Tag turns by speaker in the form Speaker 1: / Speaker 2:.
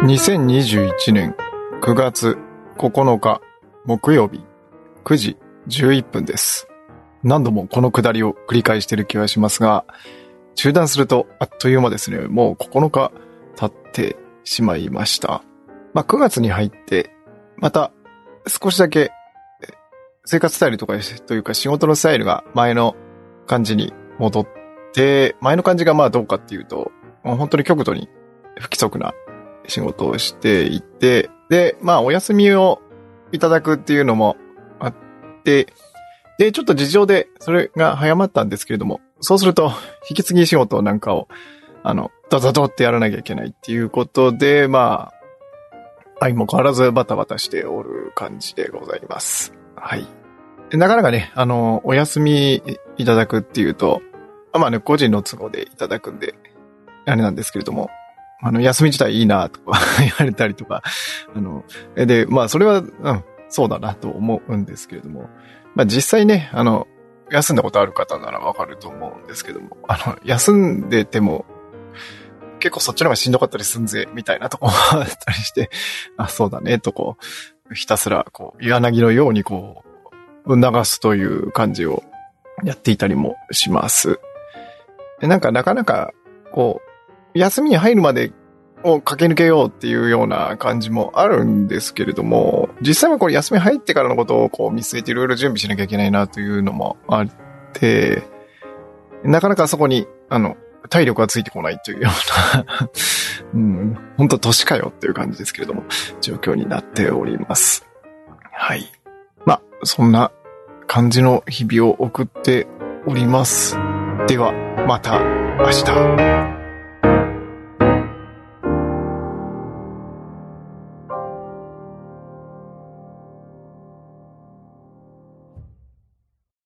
Speaker 1: 2021年9月9日木曜日9時11分です。何度もこの下りを繰り返している気はしますが、中断するとあっという間ですね。もう9日経ってしまいました。9月に入ってまた少しだけ生活スタイルというか仕事のスタイルが前の感じに戻って、前の感じがどうかっていうと、本当に極度に不規則な仕事をしていて、で、お休みをいただくっていうのもあって、で、ちょっと事情でそれが早まったんですけれども、そうすると、引き継ぎ仕事なんかを、ドドドってやらなきゃいけないっていうことで、相も変わらずバタバタしておる感じでございます。はい。なかなかね、お休みいただくっていうと、個人の都合でいただくんで、あれなんですけれども、休み自体いいなとか言われたりとか、で、それは、そうだなと思うんですけれども、実際ね、休んだことある方ならわかると思うんですけども、休んでても、結構そっちの方がしんどかったりすんぜ、みたいなとこあったりして、そうだね、とひたすら、柳のように促すという感じをやっていたりもします。でなかなか、休みに入るまでを駆け抜けようっていうような感じもあるんですけれども、実際は休み入ってからのことを見据えていろいろ準備しなきゃいけないなというのもあって、なかなかそこに、体力がついてこないというような、本当年かよっていう感じですけれども、状況になっております。はい。そんな感じの日々を送っております。では、また明日。